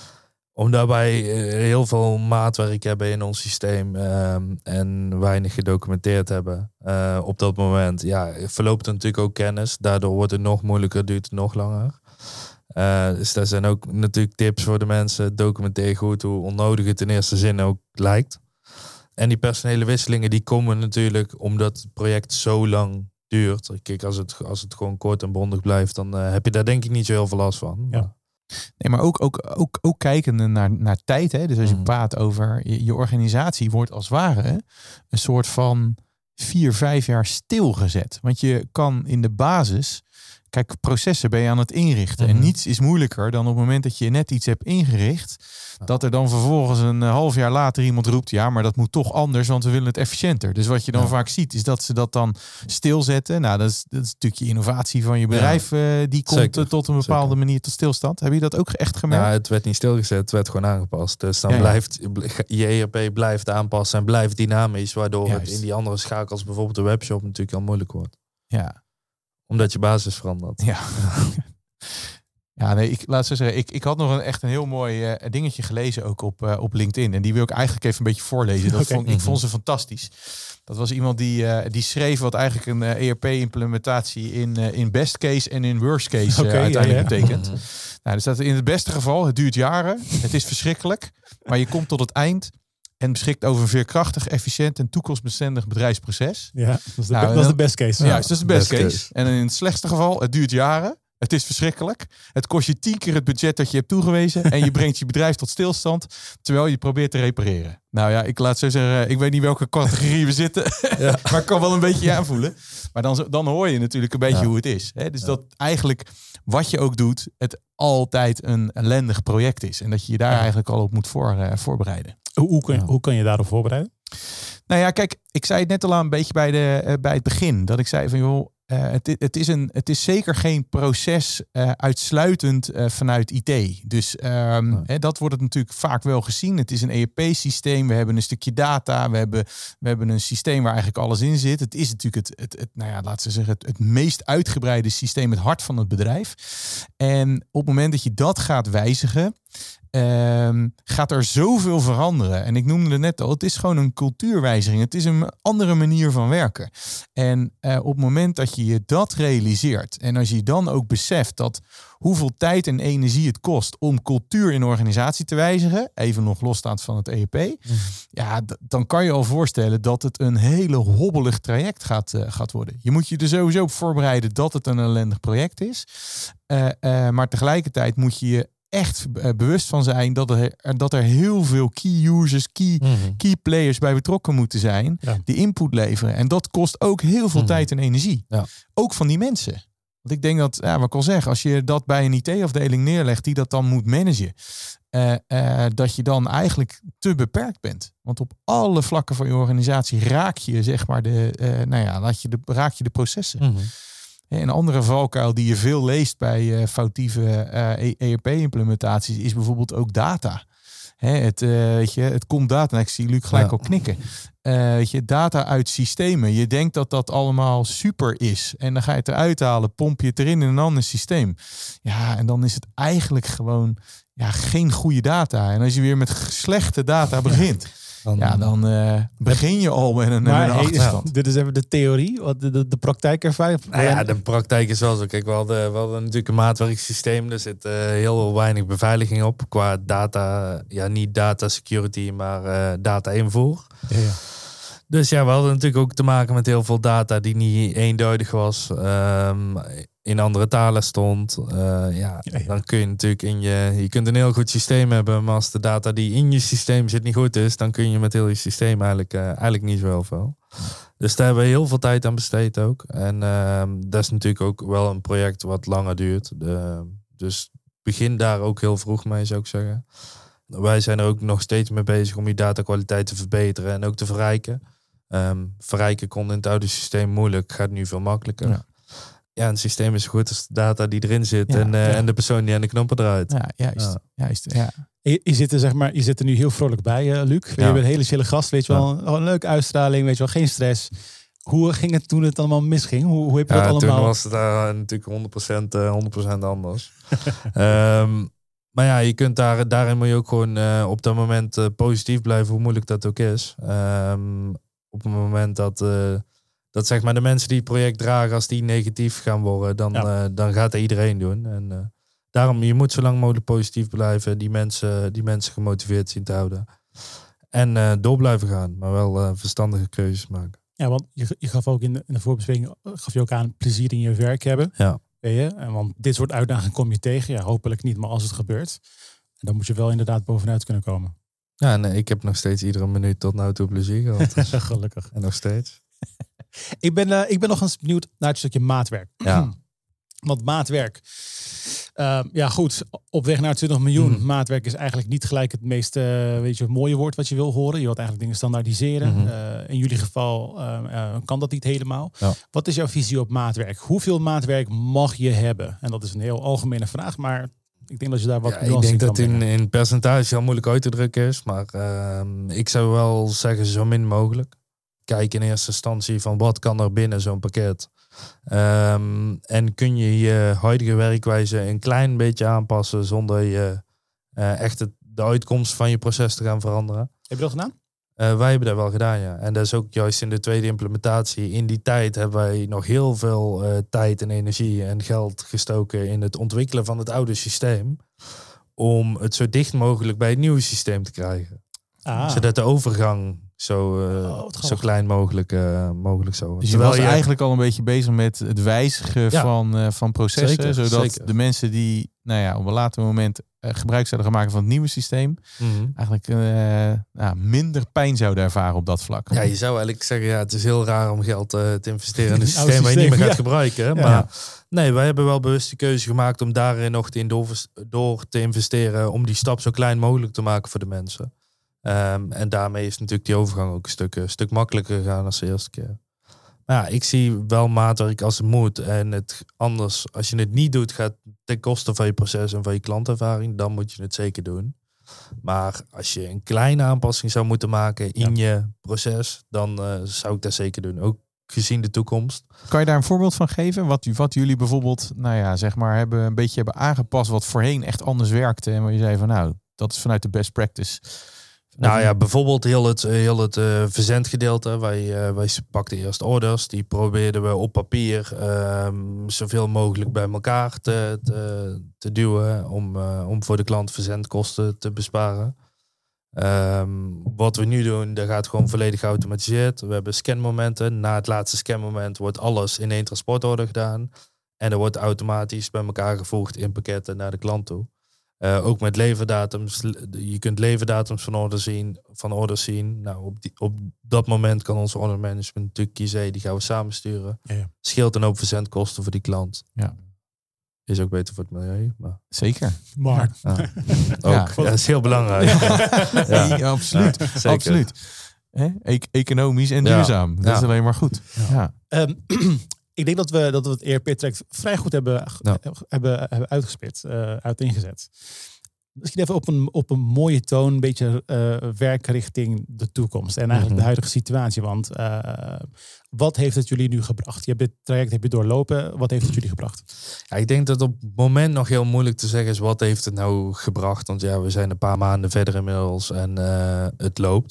Omdat wij uh, heel veel maatwerk hebben in ons systeem uh, en weinig gedocumenteerd hebben. Uh, op dat moment ja, verloopt er natuurlijk ook kennis. Daardoor wordt het nog moeilijker, duurt het nog langer. Uh, dus daar zijn ook natuurlijk tips voor de mensen. Documenteer goed hoe onnodig het in eerste zin ook lijkt. En die personele wisselingen die komen natuurlijk omdat het project zo lang duurt. Kijk, als het, als het gewoon kort en bondig blijft, dan uh, heb je daar denk ik niet zo heel veel last van. Ja. Nee, maar ook, ook, ook, ook kijkende naar, naar tijd. Hè? Dus als je mm. praat over je, je organisatie wordt als het ware een soort van vier, vijf jaar stilgezet. Want je kan in de basis... Kijk, processen ben je aan het inrichten. Mm-hmm. En niets is moeilijker dan op het moment dat je net iets hebt ingericht... dat er dan vervolgens een half jaar later iemand roept... ja, maar dat moet toch anders, want we willen het efficiënter. Dus wat je dan ja. vaak ziet, is dat ze dat dan stilzetten. Nou, dat is, dat is natuurlijk je innovatie van je bedrijf... Ja. Uh, die komt Zeker. tot een bepaalde Zeker. manier tot stilstand. Heb je dat ook echt gemerkt? Ja, het werd niet stilgezet, het werd gewoon aangepast. Dus dan ja, ja. blijft je E R P blijft aanpassen en blijft dynamisch... waardoor Juist. het in die andere schakels, bijvoorbeeld de webshop... natuurlijk al moeilijk wordt. Ja. Omdat je basis verandert. Ja, ja nee, ik, laat ze zeggen, ik, ik had nog een, echt een heel mooi uh, dingetje gelezen ook op, uh, op LinkedIn. En die wil ik eigenlijk even een beetje voorlezen. Dat okay. vond, ik vond ze fantastisch. Dat was iemand die, uh, die schreef wat eigenlijk een uh, E R P-implementatie in, uh, in best case en in worst case uh, okay, uiteindelijk ja, ja. betekent. Mm-hmm. Nou, dus dat in het beste geval, het duurt jaren. Het is verschrikkelijk. Maar je komt tot het eind. En beschikt over een veerkrachtig, efficiënt en toekomstbestendig bedrijfsproces. Ja, dat is de, nou, be- dat is de best case. Ja, juist, dat is de best, best case. case. En in het slechtste geval, het duurt jaren. Het is verschrikkelijk. Het kost je tien keer het budget dat je hebt toegewezen. En je brengt je bedrijf tot stilstand. Terwijl je probeert te repareren. Nou ja, ik laat zo zeggen. Ik weet niet welke categorie we zitten. Ja. Maar ik kan wel een beetje aanvoelen. Maar dan, dan hoor je natuurlijk een beetje ja. hoe het is. Hè? Dus ja. dat eigenlijk wat je ook doet. Het altijd een ellendig project is. En dat je je daar ja. eigenlijk al op moet voor, uh, voorbereiden. Hoe, hoe, kun, ja. hoe kan je daarop voorbereiden? Nou ja, kijk. Ik zei het net al een beetje bij, de, uh, bij het begin. Dat ik zei van joh. Uh, het, het, is een, het is zeker geen proces uh, uitsluitend uh, vanuit I T. Dus um, nee. hè, dat wordt het natuurlijk vaak wel gezien. Het is een E R P-systeem. We hebben een stukje data. We hebben, we hebben een systeem waar eigenlijk alles in zit. Het is natuurlijk het, het, het, nou ja, laten we zeggen, het, het meest uitgebreide systeem, het hart van het bedrijf. En op het moment dat je dat gaat wijzigen, Um, gaat er zoveel veranderen. En ik noemde het net al, het is gewoon een cultuurwijziging. Het is een andere manier van werken. En uh, op het moment dat je je dat realiseert en als je dan ook beseft dat hoeveel tijd en energie het kost om cultuur in een organisatie te wijzigen, even nog losstaand van het E R P, mm. ja, d- dan kan je al voorstellen dat het een hele hobbelig traject gaat, uh, gaat worden. Je moet je er sowieso op voorbereiden dat het een ellendig project is. Uh, uh, maar tegelijkertijd moet je je echt bewust van zijn dat er, dat er heel veel key users, key, mm-hmm. key players bij betrokken moeten zijn, ja. die input leveren. En dat kost ook heel veel mm-hmm. tijd en energie. Ja. Ook van die mensen. Want ik denk dat, ja, wat ik al zeg, als je dat bij een I T-afdeling neerlegt die dat dan moet managen, uh, uh, dat je dan eigenlijk te beperkt bent. Want op alle vlakken van je organisatie raak je, zeg maar, de, uh, nou ja, laat je de, raak je de processen. Mm-hmm. Een andere valkuil die je veel leest bij uh, foutieve uh, E R P-implementaties is bijvoorbeeld ook data. Hè, het, uh, weet je, het komt data. Nou, ik zie Luc gelijk ja. al knikken. Uh, weet je, data uit systemen. Je denkt dat dat allemaal super is. En dan ga je het eruit halen, pomp je het erin in een ander systeem. Ja, en dan is het eigenlijk gewoon ja, geen goede data. En als je weer met slechte data begint, Dan, ja, dan uh, begin je al met een, maar, met een achterstand. Hey, dit is even de theorie, wat de, de, de praktijkervaring. Nou ja, de praktijk is wel zo. Kijk, we hadden, we hadden natuurlijk een maatwerksysteem. Er zit uh, heel weinig beveiliging op qua data. Ja, niet data security, maar uh, data invoer. Ja, ja. Dus ja, we hadden natuurlijk ook te maken met heel veel data die niet eenduidig was. Um, in andere talen stond. Uh, ja, ja, ja, dan kun je natuurlijk in je... Je kunt een heel goed systeem hebben, maar als de data die in je systeem zit niet goed is, dan kun je met heel je systeem eigenlijk, uh, eigenlijk niet zo heel veel. Dus daar hebben we heel veel tijd aan besteed ook. En uh, dat is natuurlijk ook wel een project wat langer duurt. De, dus begin daar ook heel vroeg mee, zou ik zeggen. Wij zijn er ook nog steeds mee bezig om die datakwaliteit te verbeteren en ook te verrijken. Um, verrijken kon in het oude systeem moeilijk, gaat nu veel makkelijker. Ja. Ja, een systeem is zo goed als de data die erin zit ja, en, uh, ja. en de persoon die aan de knoppen draait. Ja, juist. Ja. juist ja. Je, je, zit er, zeg maar, je zit er nu heel vrolijk bij, uh, Luc. Ja. Je bent een hele chille gast, weet je wel. Ja. Een, een leuke uitstraling, weet je wel, geen stress. Hoe ging het toen het allemaal misging? Hoe, hoe heb je ja, dat allemaal... Toen was het daar natuurlijk honderd procent, uh, honderd procent anders. um, maar ja, je kunt daar, daarin moet je ook gewoon uh, op dat moment uh, positief blijven, hoe moeilijk dat ook is. Um, op het moment dat... Uh, Dat zeg maar de mensen die het project dragen, als die negatief gaan worden, dan, ja. uh, dan gaat dat iedereen doen. En uh, daarom, je moet zo lang mogelijk positief blijven, die mensen, die mensen gemotiveerd zien te houden. En uh, door blijven gaan, maar wel uh, verstandige keuzes maken. Ja, want je, je gaf ook in de, in de voorbespreking gaf je ook aan plezier in je werk hebben. Ja. Weet je? En want dit soort uitdagingen kom je tegen. Ja, hopelijk niet, maar als het gebeurt, dan moet je wel inderdaad bovenuit kunnen komen. Ja, nee, ik heb nog steeds iedere minuut tot nu toe plezier gehad. Dus. Gelukkig. En nog steeds. Ik ben, uh, ik ben nog eens benieuwd naar het stukje maatwerk. Ja. Want maatwerk, uh, ja goed, op weg naar twintig miljoen. Mm. Maatwerk is eigenlijk niet gelijk het meest uh, weet je, mooie woord wat je wil horen. Je wilt eigenlijk dingen standaardiseren. Mm-hmm. Uh, in jullie geval uh, uh, kan dat niet helemaal. Ja. Wat is jouw visie op maatwerk? Hoeveel maatwerk mag je hebben? En dat is een heel algemene vraag, maar ik denk dat je daar wat... Ja, ik denk dat in, in percentage al moeilijk uit te drukken is. Maar uh, ik zou wel zeggen zo min mogelijk. Kijk in eerste instantie van wat kan er binnen zo'n pakket. Um, en kun je je huidige werkwijze een klein beetje aanpassen zonder je uh, echt het, de uitkomst van je proces te gaan veranderen. Heb je dat gedaan? Uh, wij hebben dat wel gedaan, ja. En dat is ook juist in de tweede implementatie. In die tijd hebben wij nog heel veel uh, tijd en energie en geld gestoken in het ontwikkelen van het oude systeem. Om het zo dicht mogelijk bij het nieuwe systeem te krijgen. Ah. Zodat de overgang zo, uh, oh, zo klein mogelijk, uh, mogelijk zo. Dus je was je eigenlijk al een beetje bezig met het wijzigen ja. van, uh, van processen. Zeker, zodat zeker. de mensen die nou ja, op een later moment uh, gebruik zouden gaan maken van het nieuwe systeem. Mm-hmm. Eigenlijk uh, nou, minder pijn zouden ervaren op dat vlak. Ja, je zou eigenlijk zeggen, ja, het is heel raar om geld uh, te investeren in een systeem, systeem waar je niet meer gaat ja. gebruiken. Maar ja. nee, wij hebben wel bewust de keuze gemaakt om daarin nog in door, door te investeren. Om die stap zo klein mogelijk te maken voor de mensen. Um, en daarmee is natuurlijk die overgang ook een stuk, een stuk makkelijker gegaan als de eerste keer. Maar ja, ik zie wel maatwerk als het moet. En het anders, als je het niet doet, gaat ten koste van je proces en van je klantervaring. Dan moet je het zeker doen. Maar als je een kleine aanpassing zou moeten maken in ja. je proces, dan uh, zou ik dat zeker doen. Ook gezien de toekomst. Kan je daar een voorbeeld van geven? Wat, wat jullie bijvoorbeeld, nou ja, zeg maar, hebben een beetje hebben aangepast wat voorheen echt anders werkte. En waar je zei van, nou, dat is vanuit de best practice. Nou ja, bijvoorbeeld heel het, heel het uh, verzendgedeelte. Wij, uh, wij pakten eerst orders. Die probeerden we op papier um, zoveel mogelijk bij elkaar te, te, te duwen. Om, uh, om voor de klant verzendkosten te besparen. Um, wat we nu doen, dat gaat gewoon volledig geautomatiseerd. We hebben scanmomenten. Na het laatste scanmoment wordt alles in één transportorder gedaan. En er wordt automatisch bij elkaar gevoegd in pakketten naar de klant toe. Uh, ook met leverdatums. Je kunt leverdatums van orders zien. Van orders zien. Nou, op, die, op dat moment kan onze order management natuurlijk kiezen. Die gaan we samensturen. Ja, ja. Scheelt een hoop verzendkosten voor die klant. Ja. Is ook beter voor het milieu. Maar... Zeker. Maar. Ja. Ook. Ja. Ja, dat is heel belangrijk. Ja. Ja. Ja, absoluut. Ja, zeker. Absoluut. He? E- economisch en duurzaam. Ja. Dat ja. is alleen maar goed. Ja. Ja. Um, Ik denk dat we, dat we het E R P-traject vrij goed hebben, ja. hebben, hebben uitgespit, uh, uiteengezet. Misschien even op een, op een mooie toon, een beetje uh, werk richting de toekomst. En eigenlijk mm-hmm. de huidige situatie. Want uh, wat heeft het jullie nu gebracht? Je hebt dit traject heb je doorlopen. Wat heeft het jullie gebracht? Ja, ik denk dat op het moment nog heel moeilijk te zeggen is, wat heeft het nou gebracht? Want ja, we zijn een paar maanden verder inmiddels en uh, het loopt.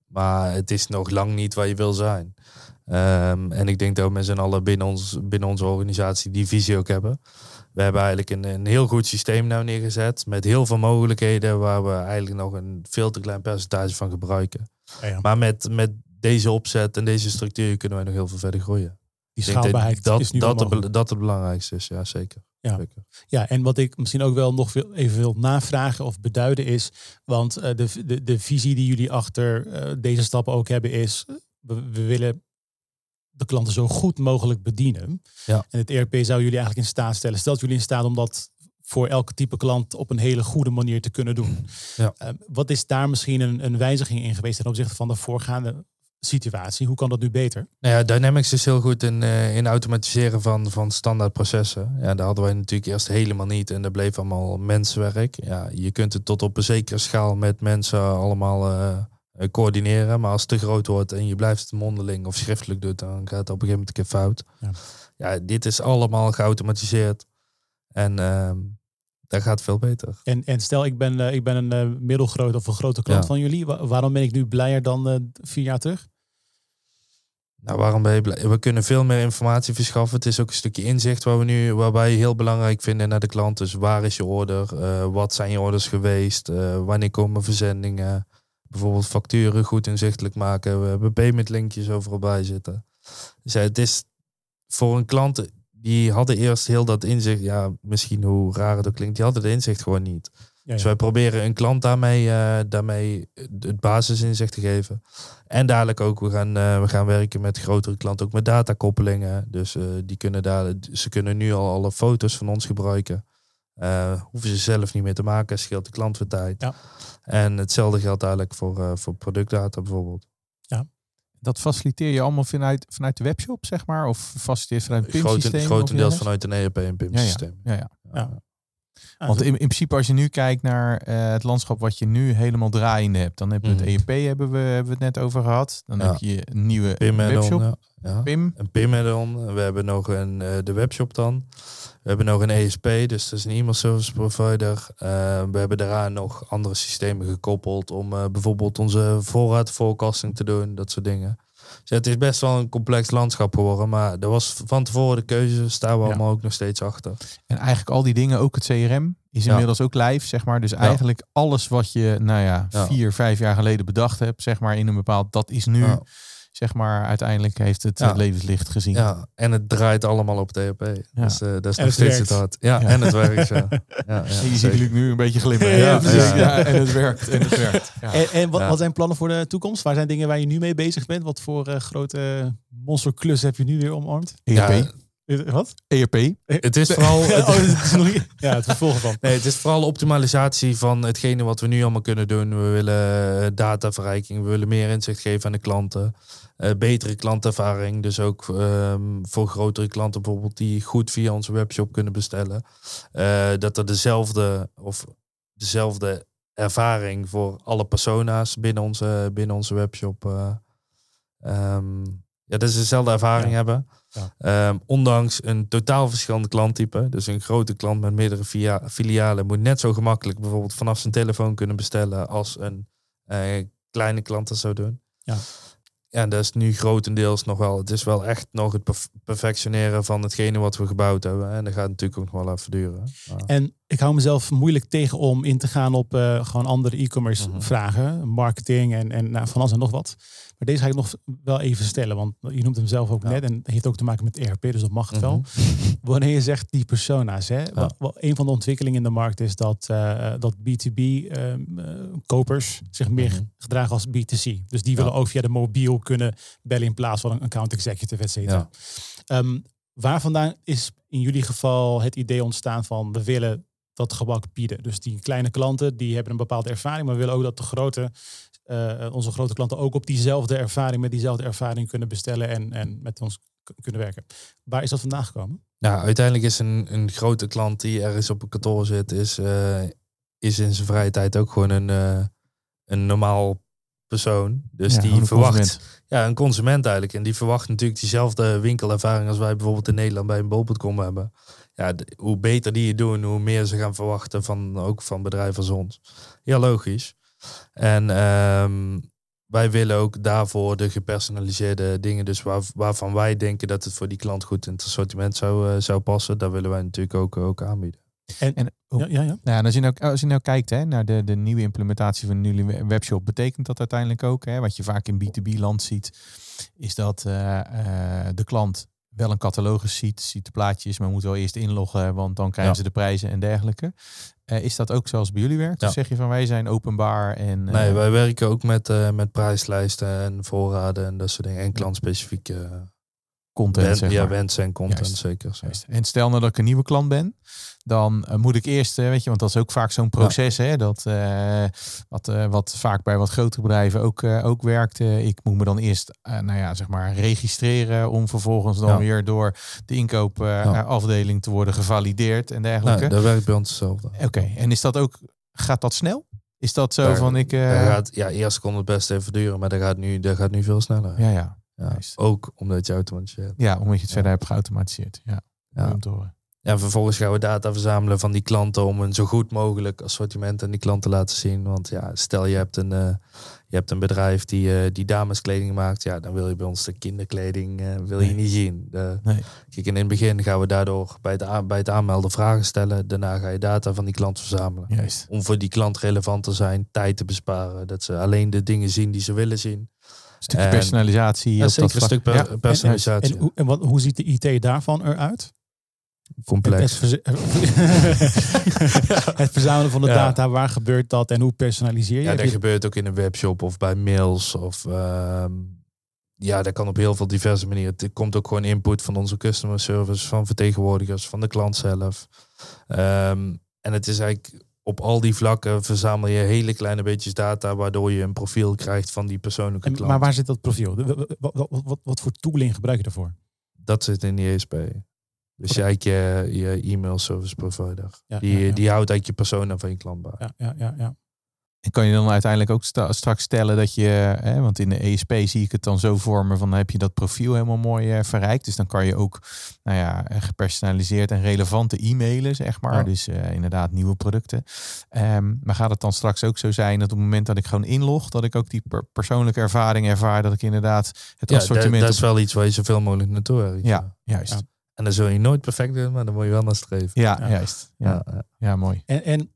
Maar het is nog lang niet waar je wil zijn. Um, en ik denk dat we met z'n allen binnen, ons, binnen onze organisatie die visie ook hebben. We hebben eigenlijk een, een heel goed systeem nou neergezet. Met heel veel mogelijkheden waar we eigenlijk nog een veel te klein percentage van gebruiken. Ja, ja. Maar met, met deze opzet en deze structuur kunnen wij nog heel veel verder groeien. Die schaalbaarheid dat, is nu dat, dat, dat het belangrijkste is, ja zeker. Ja. zeker. Ja, en wat ik misschien ook wel nog veel, even wil navragen of beduiden is, want uh, de, de, de visie die jullie achter uh, deze stappen ook hebben is, we, we willen de klanten zo goed mogelijk bedienen. Ja. En het E R P zou jullie eigenlijk in staat stellen. Stelt jullie in staat om dat voor elke type klant op een hele goede manier te kunnen doen. Ja. Uh, wat is daar misschien een, een wijziging in geweest ten opzichte van de voorgaande situatie? Hoe kan dat nu beter? Nou ja, Dynamics is heel goed in, uh, in automatiseren van, van standaard processen. Ja, daar hadden wij natuurlijk eerst helemaal niet. En dat bleef allemaal mensenwerk. Ja, je kunt het tot op een zekere schaal met mensen allemaal uh, coördineren. Maar als het te groot wordt en je blijft het mondeling of schriftelijk doet, dan gaat het op een gegeven moment een keer fout. Ja, ja dit is allemaal geautomatiseerd. En uh, dat gaat veel beter. En, en stel, ik ben, uh, ik ben een uh, middelgroot of een grote klant ja. van jullie. Wa- waarom ben ik nu blijer dan uh, vier jaar terug? Nou, waarom ben je blij? We kunnen veel meer informatie verschaffen. Het is ook een stukje inzicht waar we nu, waarbij je heel belangrijk vinden naar de klant. Dus waar is je order? Uh, wat zijn je orders geweest? Uh, wanneer komen verzendingen? Bijvoorbeeld facturen goed inzichtelijk maken. We hebben payment linkjes overal bij zitten. Dus ja, het is voor een klant, die hadden eerst heel dat inzicht. Ja, misschien hoe raar het ook klinkt. Die hadden de inzicht gewoon niet. Ja, ja. Dus wij proberen een klant daarmee, uh, daarmee het basisinzicht te geven. En dadelijk ook, we gaan, uh, we gaan werken met grotere klanten, ook met datakoppelingen. Dus uh, die kunnen daar, ze kunnen nu al alle foto's van ons gebruiken. Uh, hoeven ze zelf niet meer te maken, scheelt de klant weer tijd. Ja. En hetzelfde geldt eigenlijk voor, uh, voor productdata bijvoorbeeld. Ja. Dat faciliteer je allemaal vanuit, vanuit de webshop, zeg maar? Of faciliteer je vanuit een P I M-systeem? Grotendeels vanuit een E R P en P I M-systeem. Ja, ja. ja, ja. ja. Ja, want in, in principe als je nu kijkt naar uh, het landschap wat je nu helemaal draaiende hebt, dan hebben we het mm. E R P hebben we, hebben we het net over gehad. Dan ja. heb je een nieuwe P I M webshop. Ja. Ja. P I M. Een P I M add-on. We hebben nog een, uh, de webshop dan. We hebben nog een E S P, dus dat is een e-mail service provider. Uh, we hebben daaraan nog andere systemen gekoppeld om uh, bijvoorbeeld onze voorraad forecasting te doen, dat soort dingen. Dus ja, het is best wel een complex landschap geworden, maar er was van tevoren de keuze, staan we ja. allemaal ook nog steeds achter. En eigenlijk al die dingen, ook het C R M, is ja. inmiddels ook live, zeg maar. Dus ja. eigenlijk alles wat je, nou ja, ja, vier, vijf jaar geleden bedacht hebt, zeg maar, in een bepaald, dat is nu, ja. zeg maar, uiteindelijk heeft het ja. levenslicht gezien. Ja, en het draait allemaal op het E R P. Ja. Dus uh, dat is en nog steeds werkt. Het hard. Ja, ja, en het werkt, ja. ja, ja en je ziet jullie nu een beetje glimmen. Ja, ja, ja, ja, en het werkt. En, het werkt. Ja. en, en wat, ja. wat zijn plannen voor de toekomst? Waar zijn dingen waar je nu mee bezig bent? Wat voor uh, grote monsterklus heb je nu weer omarmd? E R P. Ja. Wat? E R P. Het is vooral het, oh, het is nog, ja, het vervolg van. Nee, het is vooral optimalisatie van hetgene wat we nu allemaal kunnen doen. We willen dataverrijking, we willen meer inzicht geven aan de klanten. Uh, betere klantervaring, dus ook um, voor grotere klanten bijvoorbeeld die goed via onze webshop kunnen bestellen. Uh, dat er dezelfde of dezelfde ervaring voor alle persona's binnen onze, binnen onze webshop. Uh, um, ja, dat ze dezelfde ervaring ja. hebben. Ja. Um, ondanks een totaal verschillende klanttype. Dus een grote klant met meerdere via- filialen moet net zo gemakkelijk bijvoorbeeld vanaf zijn telefoon kunnen bestellen als een uh, kleine klant dat zou doen. Ja. Ja, dat is nu grotendeels nog wel. Het is wel echt nog het perf- perfectioneren van hetgene wat we gebouwd hebben. En dat gaat natuurlijk ook nog wel even duren. Maar... En ik hou mezelf moeilijk tegen om in te gaan op uh, gewoon andere e-commerce mm-hmm. vragen. Marketing en, en nou, van alles en nog wat. Maar deze ga ik nog wel even stellen. Want je noemt hem zelf ook ja. net. En het heeft ook te maken met E R P. Dus dat mag het mm-hmm. wel. Wanneer je zegt die persona's. Hè, ja. wat, wat, een van de ontwikkelingen in de markt is dat, uh, dat B twee B uh, uh, kopers zich meer mm-hmm. gedragen als B twee C. Dus die ja. willen ook via de mobiel kunnen bellen in plaats van een account executive, et cetera. Ja. Um, waar vandaan is in jullie geval het idee ontstaan van we willen dat gebak bieden. Dus die kleine klanten die hebben een bepaalde ervaring, maar we willen ook dat de grote, uh, onze grote klanten ook op diezelfde ervaring, met diezelfde ervaring kunnen bestellen en, en met ons k- kunnen werken. Waar is dat vandaan gekomen? Ja, uiteindelijk is een, een grote klant die ergens op een kantoor zit, is, uh, is in zijn vrije tijd ook gewoon een, uh, een normaal persoon. Dus ja, die verwacht, consument. ja, een consument eigenlijk. En die verwacht natuurlijk diezelfde winkelervaring als wij bijvoorbeeld in Nederland bij een bol punt com hebben. Ja, de, hoe beter die het doen, hoe meer ze gaan verwachten van ook van bedrijven als ons. Ja, logisch. En um, wij willen ook daarvoor de gepersonaliseerde dingen, dus waar, waarvan wij denken dat het voor die klant goed in het assortiment zou, uh, zou passen, daar willen wij natuurlijk ook, ook aanbieden. En, en, oh, ja, ja, ja. Nou, en als je nou, als je nou kijkt hè, naar de, de nieuwe implementatie van een nieuwe webshop, betekent dat uiteindelijk ook, hè, wat je vaak in B twee B land ziet, is dat uh, uh, de klant wel een catalogus ziet, ziet de plaatjes, maar moet wel eerst inloggen, want dan krijgen ja. ze de prijzen en dergelijke. Uh, is dat ook zoals bij jullie werkt? Ja. Of zeg je van wij zijn openbaar? En, uh... Nee, wij werken ook met, uh, met prijslijsten en voorraden en dat soort dingen. En klantspecifieke content, wen, zeg maar. Ja, wensen en content, Juist. zeker. Zo. En stel nou dat ik een nieuwe klant ben, dan uh, moet ik eerst, uh, weet je, want dat is ook vaak zo'n proces, ja. hè, dat uh, wat, uh, wat vaak bij wat grotere bedrijven ook, uh, ook werkt. Uh, ik moet me dan eerst, uh, nou ja, zeg maar, registreren om vervolgens dan ja. weer door de inkoopafdeling uh, ja. te worden gevalideerd en dergelijke. Nee, dat werkt bij ons hetzelfde. Oké, okay. En is dat ook, gaat dat snel? Is dat zo daar, van ik... Uh... Gaat, ja, eerst kon het best even duren, maar dat gaat nu, dat gaat nu veel sneller. Ja, ja. ja ook omdat je automatiseert. Ja, omdat je het ja. verder hebt geautomatiseerd. Ja, ja. Om te horen. Ja, vervolgens gaan we data verzamelen van die klanten om een zo goed mogelijk assortiment aan die klant te laten zien. Want ja, stel je hebt een, uh, je hebt een bedrijf die, uh, die dameskleding maakt. Ja, dan wil je bij ons de kinderkleding uh, wil je nee. niet zien. De, nee. Kijk, en in het begin gaan we daardoor bij het, aan, bij het aanmelden vragen stellen. Daarna ga je data van die klant verzamelen. Juist. Om voor die klant relevant te zijn, tijd te besparen. Dat ze alleen de dingen zien die ze willen zien. Een stukje en, personalisatie. Ja, zeker een stuk per, ja. personalisatie. En, en, en wat, hoe ziet de I T daarvan eruit? Complex. Het, het, verz- het verzamelen van de ja. data, waar gebeurt dat en hoe personaliseer je? Ja, dat gebeurt ook in een webshop of bij mails. Of uh, ja, dat kan op heel veel diverse manieren. Het komt ook gewoon input van onze customer service, van vertegenwoordigers, van de klant zelf. Um, en het is eigenlijk op al die vlakken verzamel je hele kleine beetjes data, waardoor je een profiel krijgt van die persoonlijke en, klant. Maar waar zit dat profiel? Wat, wat, wat, wat voor tooling gebruik je daarvoor? Dat zit in die E S P. Dus je, je, je e-mail service provider. Ja, die, ja, ja. die houdt eigenlijk je persona van je klant bij. Ja, ja, ja, ja. En kan je dan uiteindelijk ook sta, straks stellen dat je, hè, want in de E S P zie ik het dan zo vormen van, dan heb je dat profiel helemaal mooi uh, verrijkt. Dus dan kan je ook, nou ja, gepersonaliseerd en relevante e-mailen, zeg maar. Ja. Dus uh, inderdaad nieuwe producten. Um, maar gaat het dan straks ook zo zijn dat op het moment dat ik gewoon inlog, dat ik ook die per- persoonlijke ervaring ervaar, dat ik inderdaad het ja, assortiment... Dat, dat is wel iets waar je zoveel mogelijk naartoe hebt. Ja, juist. Ja. En dan zul je nooit perfect doen, maar dan moet je wel naar streven. Ja, ja. juist. Ja, ja. ja. ja mooi. En, en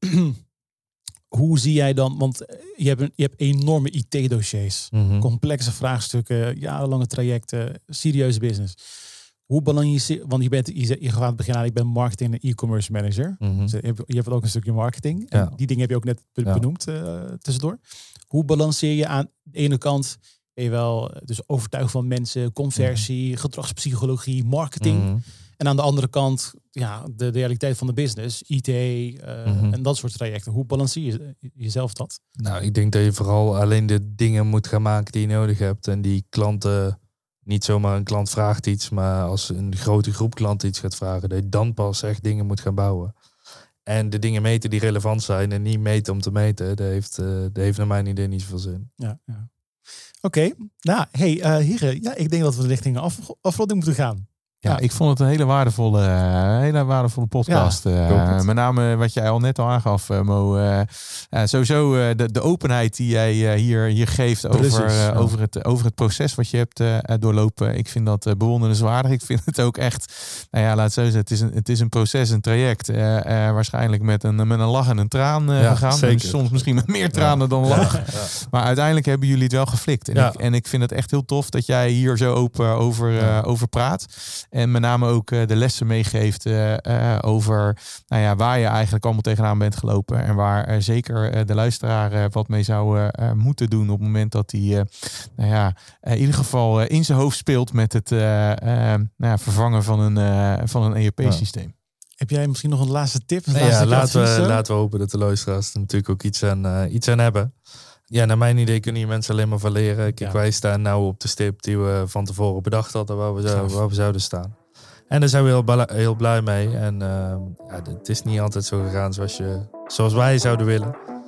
hoe zie jij dan, want je hebt, een, je hebt enorme I T-dossiers, mm-hmm. complexe vraagstukken, jarenlange trajecten, serieuze business. Hoe balanceer, want je bent, je, je gaat beginnen, ik ben marketing en e-commerce manager. Mm-hmm. Dus je, hebt, je hebt ook een stukje marketing. Ja. En die dingen heb je ook net benoemd ja. uh, tussendoor. Hoe balanceer je aan de ene kant, ben je wel dus overtuigen van mensen, conversie, mm-hmm. gedragspsychologie, marketing. Mm-hmm. En aan de andere kant, ja, de, de realiteit van de business, I T uh, mm-hmm. en dat soort trajecten. Hoe balanceer je jezelf dat? Nou, ik denk dat je vooral alleen de dingen moet gaan maken die je nodig hebt. En die klanten, niet zomaar een klant vraagt iets, maar als een grote groep klanten iets gaat vragen, dat je dan pas echt dingen moet gaan bouwen. En de dingen meten die relevant zijn en niet meten om te meten, dat heeft, uh, dat heeft naar mijn idee niet zoveel zin. Ja, ja. Oké, okay. Nou, hey, uh, heren, ja, ik denk dat we richting af, afronding moeten gaan. Ja, ik vond het een hele waardevolle, hele waardevolle podcast. Ja, uh, met name wat jij al net al aangaf, uh, Mo. Uh, uh, sowieso uh, de, de openheid die jij uh, hier, hier geeft over, uh, ja. over, het, over het proces wat je hebt uh, doorlopen. Ik vind dat uh, bewonderenswaardig. Ik vind het ook echt, nou ja, laat het zo zeggen. Het is een, het is een proces, een traject. Uh, uh, waarschijnlijk met een, met een lach en een traan uh, ja, gegaan. Dus soms misschien met meer tranen ja. dan lach. Ja, ja. Maar uiteindelijk hebben jullie het wel geflikt. En, ja. ik, en ik vind het echt heel tof dat jij hier zo open over, uh, ja. over praat. En met name ook uh, de lessen meegeeft uh, uh, over nou ja, waar je eigenlijk allemaal tegenaan bent gelopen. En waar uh, zeker uh, de luisteraar uh, wat mee zou uh, uh, moeten doen op het moment dat hij uh, nou ja, uh, in ieder geval uh, in zijn hoofd speelt met het uh, uh, nou ja, vervangen van een, uh, van een E R P-systeem. Ja. Heb jij misschien nog een laatste tip? Een nee, laatste ja, laten, we, laten we hopen dat de luisteraars er natuurlijk ook iets aan, uh, iets aan hebben. Ja, naar mijn idee kunnen hier mensen alleen maar van leren. Kijk, ja. wij staan nou op de stip die we van tevoren bedacht hadden waar we, zou, waar we zouden staan. En daar zijn we heel, bala- heel blij mee. En uh, ja, het is niet altijd zo gegaan zoals, je, zoals wij zouden willen.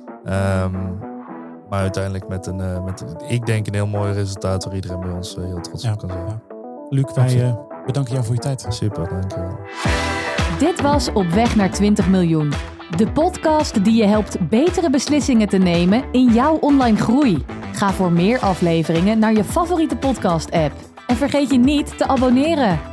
Um, maar uiteindelijk met een, uh, met, ik denk een heel mooi resultaat waar iedereen bij ons uh, heel trots ja. op kan zijn. Ja. Luc, wij uh, bedanken jou voor je tijd. Super, dankjewel. Dit was Op weg naar twintig miljoen. De podcast die je helpt betere beslissingen te nemen in jouw online groei. Ga voor meer afleveringen naar je favoriete podcast-app. En vergeet je niet te abonneren.